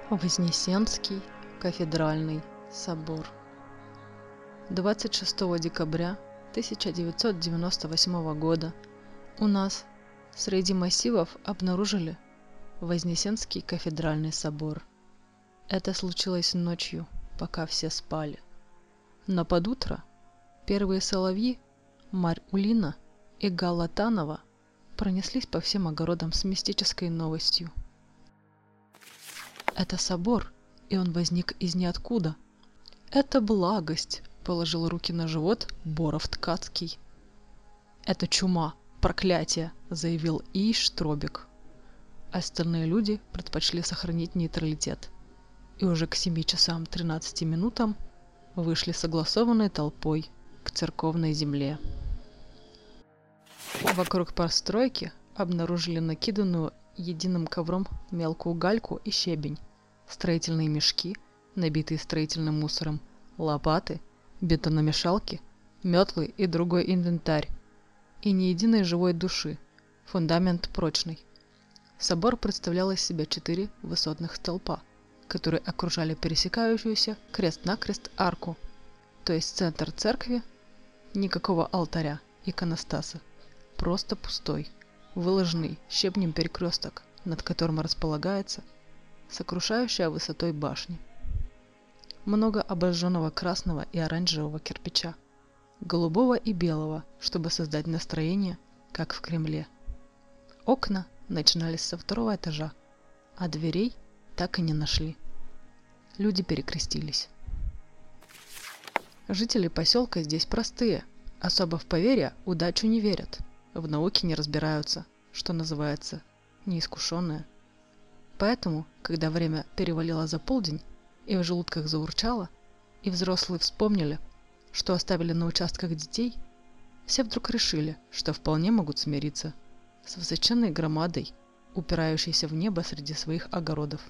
Вознесенский кафедральный собор. 26 декабря 1998 года у нас среди массивов обнаружили Вознесенский кафедральный собор. Это случилось ночью, пока все спали. Но под утро первые соловьи Марь Улина и Галла Танова пронеслись по всем огородам с мистической новостью. Это собор, и он возник из ниоткуда. Это благость, положил руки на живот Боров Ткацкий. Это чума, проклятие, заявил Иш Тробик. Остальные люди предпочли сохранить нейтралитет. И уже к 7 часам 13 минутам вышли согласованной толпой к церковной земле. Вокруг постройки обнаружили накиданную единым ковром мелкую гальку и щебень, строительные мешки, набитые строительным мусором, лопаты, бетономешалки, метлы и другой инвентарь. И ни единой живой души, фундамент прочный. Собор представлял из себя 4 высотных столпа, которые окружали пересекающуюся крест-накрест арку, то есть центр церкви, никакого алтаря, иконостаса, просто пустой, выложенный щебнем перекресток, над которым располагается сокрушающая высотой башни. Много обожженного красного и оранжевого кирпича, голубого и белого, чтобы создать настроение, как в Кремле. Окна начинались со 2-го этажа, а дверей так и не нашли. Люди перекрестились. Жители поселка здесь простые, особо в поверья удачу не верят, в науке не разбираются, что называется, неискушенные. Поэтому, когда время перевалило за полдень, и в желудках заурчало, и взрослые вспомнили, что оставили на участках детей, все вдруг решили, что вполне могут смириться с высоченной громадой, упирающейся в небо среди своих огородов.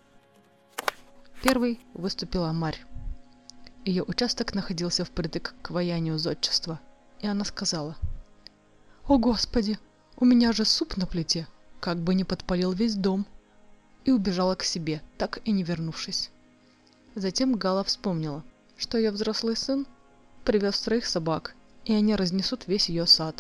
Первой выступила Марь. Ее участок находился впритык к ваянию зодчества, и она сказала: «О, Господи, у меня же суп на плите, как бы не подпалил весь дом!» и убежала к себе, так и не вернувшись. Затем Галла вспомнила, что ее взрослый сын привез 3 собак, и они разнесут весь ее сад.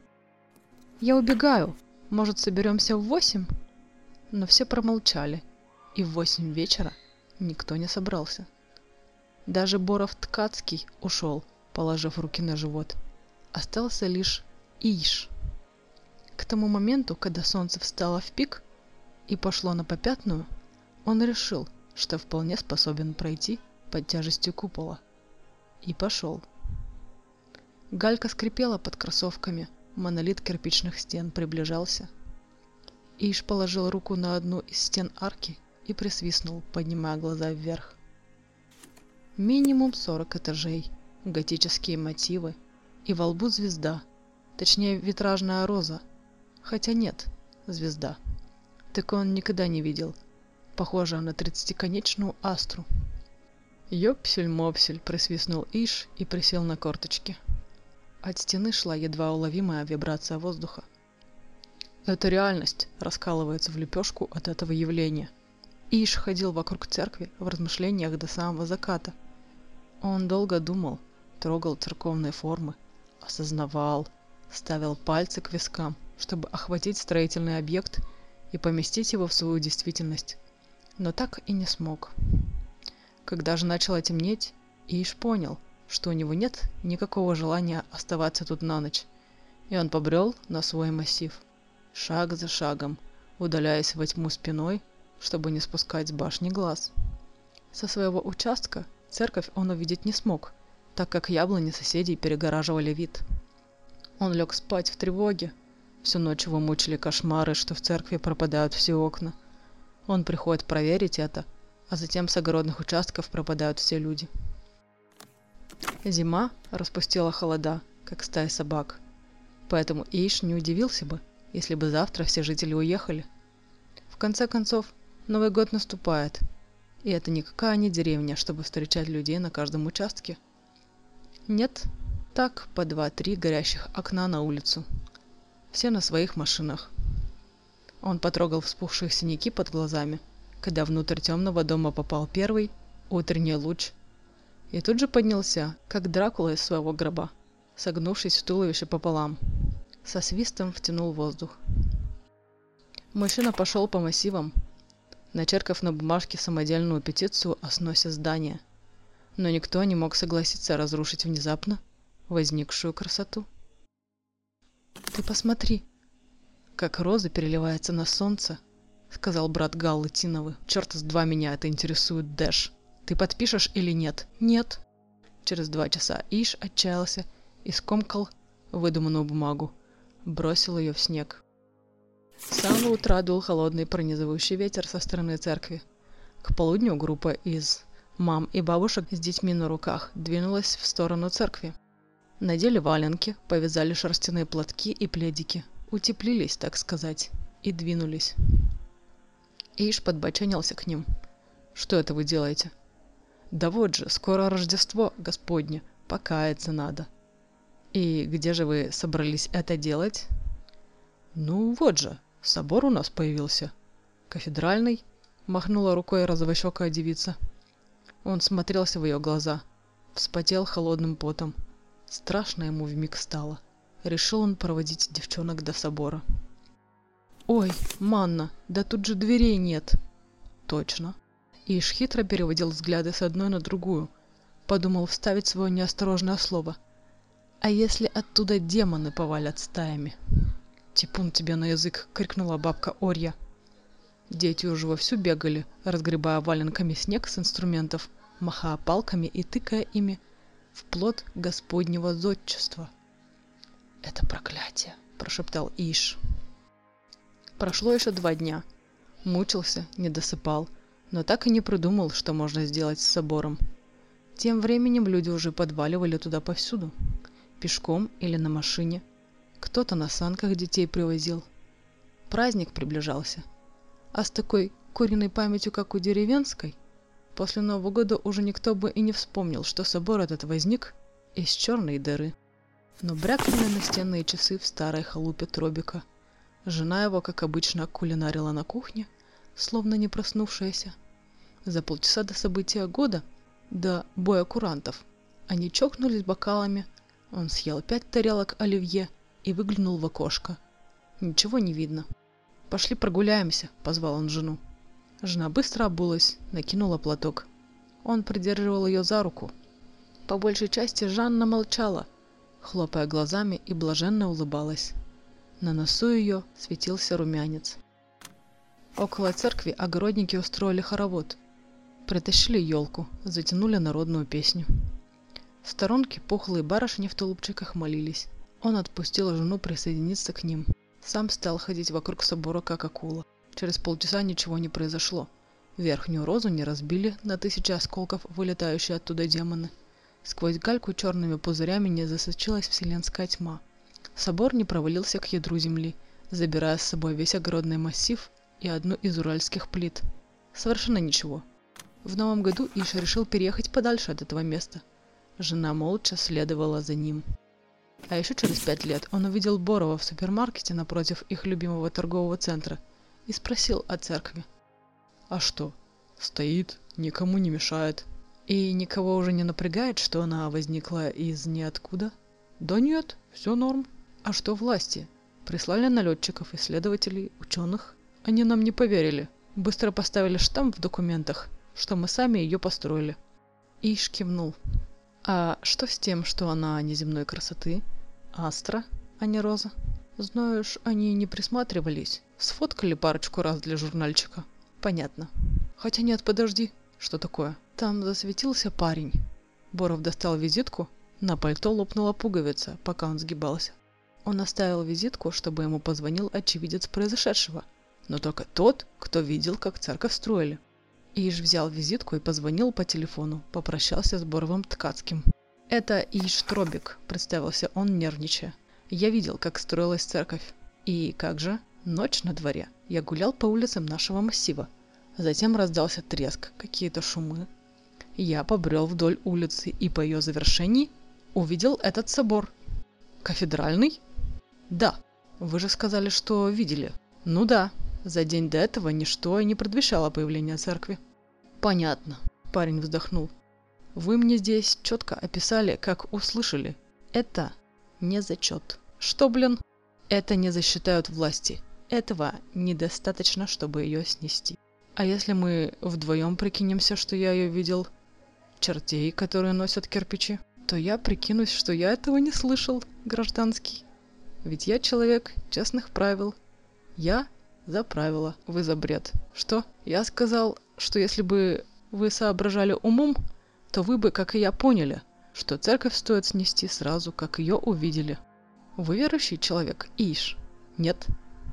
«Я убегаю, может, соберемся в 8?» Но все промолчали, и в 8 вечера никто не собрался. Даже Боров Ткацкий ушел, положив руки на живот. Остался лишь Иш. К тому моменту, когда солнце встало в пик и пошло на попятную, он решил, что вполне способен пройти под тяжестью купола. И пошел. Галька скрипела под кроссовками, монолит кирпичных стен приближался. Иш положил руку на одну из стен арки и присвистнул, поднимая глаза вверх. Минимум 40 этажей, готические мотивы и во лбу звезда, точнее витражная роза, хотя нет, звезда. Такой он никогда не видел, похожая на 30-конечную астру. «Ёпсель-мопсель», — присвистнул Иш и присел на корточки. От стены шла едва уловимая вибрация воздуха. «Это реальность», — раскалывается в лепешку от этого явления. Иш ходил вокруг церкви в размышлениях до самого заката. Он долго думал, трогал церковные формы, осознавал, ставил пальцы к вискам, чтобы охватить строительный объект и поместить его в свою действительность, но так и не смог. Когда же начало темнеть, Иш понял, что у него нет никакого желания оставаться тут на ночь, и он побрел на свой массив, шаг за шагом, удаляясь во тьму спиной, чтобы не спускать с башни глаз. Со своего участка церковь он увидеть не смог, так как яблони соседей перегораживали вид. Он лег спать в тревоге. Всю ночь его мучили кошмары, что в церкви пропадают все окна. Он приходит проверить это, а затем с огородных участков пропадают все люди. Зима распустила холода, как стая собак. Поэтому Иш не удивился бы, если бы завтра все жители уехали. В конце концов, Новый год наступает, и это никакая не деревня, чтобы встречать людей на каждом участке. Нет, так по 2-3 горящих окна на улицу. Все на своих машинах. Он потрогал вспухшие синяки под глазами когда внутрь темного дома попал первый утренний луч и тут же поднялся, как Дракула из своего гроба, согнувшись в туловище пополам. Со свистом втянул воздух. Мужчина пошел по массивам, начеркав на бумажке самодельную петицию о сносе здания. Но никто не мог согласиться разрушить внезапно возникшую красоту. «Ты посмотри, как роза переливается на солнце», — сказал брат Галлы Тиновы. «Черта с два меня это интересует, Дэш. Ты подпишешь или нет?» «Нет». Через 2 часа Иш отчаялся и скомкал выдуманную бумагу, бросил ее в снег. С самого утра дул холодный пронизывающий ветер со стороны церкви. К полудню группа из мам и бабушек с детьми на руках двинулась в сторону церкви. Надели валенки, повязали шерстяные платки и пледики, утеплились, так сказать, и двинулись. Иш подбоченился к ним. «Что это вы делаете?» «Да вот же, скоро Рождество, Господне, покаяться надо». «И где же вы собрались это делать?» «Ну вот же, собор у нас появился. Кафедральный», — махнула рукой розовощекая девица. Он смотрелся в ее глаза, вспотел холодным потом. Страшно ему вмиг стало. Решил он проводить девчонок до собора. «Ой, манна, да тут же дверей нет!» «Точно!» Иш хитро переводил взгляды с одной на другую. Подумал вставить свое неосторожное слово. «А если оттуда демоны повалят стаями?» «Типун тебе на язык!» — крикнула бабка Орья. Дети уже вовсю бегали, разгребая валенками снег с инструментов, махая палками и тыкая ими в плод Господнего зодчества. «Это проклятие!» — прошептал Иш. Прошло еще 2 дня. Мучился, не досыпал, но так и не придумал, что можно сделать с собором. Тем временем люди уже подваливали туда повсюду. Пешком или на машине. Кто-то на санках детей привозил. Праздник приближался. А с такой куриной памятью, как у деревенской, после Нового года уже никто бы и не вспомнил, что собор этот возник из черной дыры. Но брякнули настенные часы в старой халупе Тробика. Жена его, как обычно, кулинарила на кухне, словно не проснувшаяся. За полчаса до события года, до боя курантов, они чокнулись бокалами, он съел 5 тарелок оливье и выглянул в окошко. Ничего не видно. «Пошли прогуляемся», — позвал он жену. Жена быстро обулась, накинула платок. Он придерживал ее за руку. По большей части Жанна молчала, хлопая глазами и блаженно улыбалась. На носу ее светился румянец. Около церкви огородники устроили хоровод. Притащили елку, затянули народную песню. В сторонке пухлые барышни в тулупчиках молились. Он отпустил жену присоединиться к ним. Сам стал ходить вокруг собора, как акула. Через полчаса ничего не произошло. Верхнюю розу не разбили на 1000 осколков, вылетающие оттуда демоны. Сквозь гальку черными пузырями не засочилась вселенская тьма. Собор не провалился к ядру земли, забирая с собой весь огородный массив и одну из уральских плит. Совершенно ничего. В новом году Иш решил переехать подальше от этого места. Жена молча следовала за ним. А еще через 5 лет он увидел Борова в супермаркете напротив их любимого торгового центра и спросил о церкви. «А что? Стоит, никому не мешает. И никого уже не напрягает, что она возникла из ниоткуда?» «Да нет, все норм. А что власти? Прислали налетчиков, исследователей, ученых. Они нам не поверили. Быстро поставили штамп в документах, что мы сами ее построили». Иш кивнул. «А что с тем, что она неземной красоты? Астра, а не роза?» «Знаешь, они не присматривались. Сфоткали парочку раз для журнальчика». «Понятно. Хотя нет, подожди. Что такое?» «Там засветился парень». Боров достал визитку. На пальто лопнула пуговица, пока он сгибался. Он оставил визитку, чтобы ему позвонил очевидец произошедшего. Но только тот, кто видел, как церковь строили. Иш взял визитку и позвонил по телефону, попрощался с Боровым Ткацким. «Это Иш Тробик», — представился он, нервничая. «Я видел, как строилась церковь. И как же? Ночь на дворе. Я гулял по улицам нашего массива. Затем раздался треск, какие-то шумы. Я побрел вдоль улицы и по ее завершении увидел этот собор». «Кафедральный?» «Да. Вы же сказали, что видели». «Ну да. За день до этого ничто и не предвещало появления церкви. Понятно, парень вздохнул. Вы мне здесь четко описали, как услышали. Это не зачет. Что, блин? Это не засчитают власти. Этого недостаточно, чтобы ее снести. А если мы вдвоем прикинемся, что я ее видел, чертей, которые носят кирпичи, то я прикинусь, что я этого не слышал, гражданский. Ведь я человек честных правил. Я за правила, вы за бред. Что? Я сказал, что если бы вы соображали умом, то вы бы, как и я, поняли, что церковь стоит снести сразу, как ее увидели. Вы верующий человек, Иш? Нет?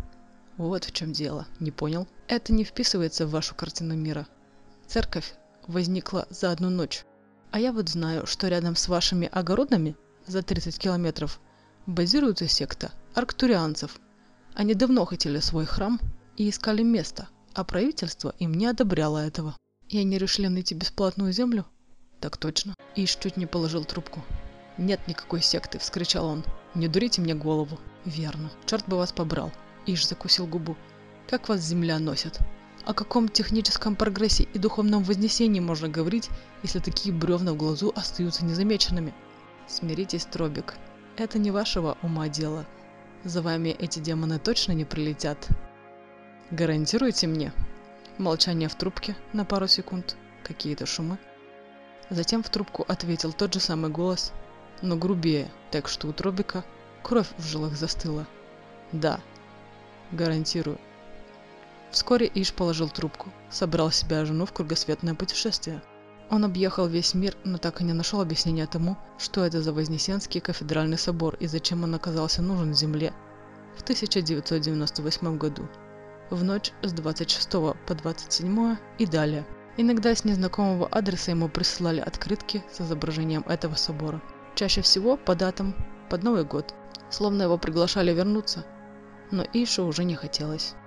Вот в чем дело. Не понял? Это не вписывается в вашу картину мира. Церковь возникла за одну ночь. А я вот знаю, что рядом с вашими огородами, за 30 километров, базируется секта арктурианцев. Они давно хотели свой храм и искали место, а правительство им не одобряло этого. И они решили найти бесплатную землю? Так точно. Иш чуть не положил трубку. «Нет никакой секты!» – вскричал он. «Не дурите мне голову!» «Верно. Черт бы вас побрал!» Иш закусил губу. «Как вас земля носит? О каком техническом прогрессе и духовном вознесении можно говорить, если такие бревна в глазу остаются незамеченными?» «Смиритесь, Тробик. Это не вашего ума дело. За вами эти демоны точно не прилетят. Гарантируете мне?» Молчание в трубке на пару секунд. Какие-то шумы. Затем в трубку ответил тот же самый голос, но грубее, так что у Тробика кровь в жилах застыла. «Да, гарантирую». Вскоре Иш положил трубку, собрал себя и жену в кругосветное путешествие. Он объехал весь мир, но так и не нашел объяснения тому, что это за Вознесенский кафедральный собор и зачем он оказался нужен Земле в 1998 году, в ночь с 26 по 27 и далее. Иногда с незнакомого адреса ему присылали открытки с изображением этого собора. Чаще всего по датам, под Новый год, словно его приглашали вернуться, но Ишу уже не хотелось.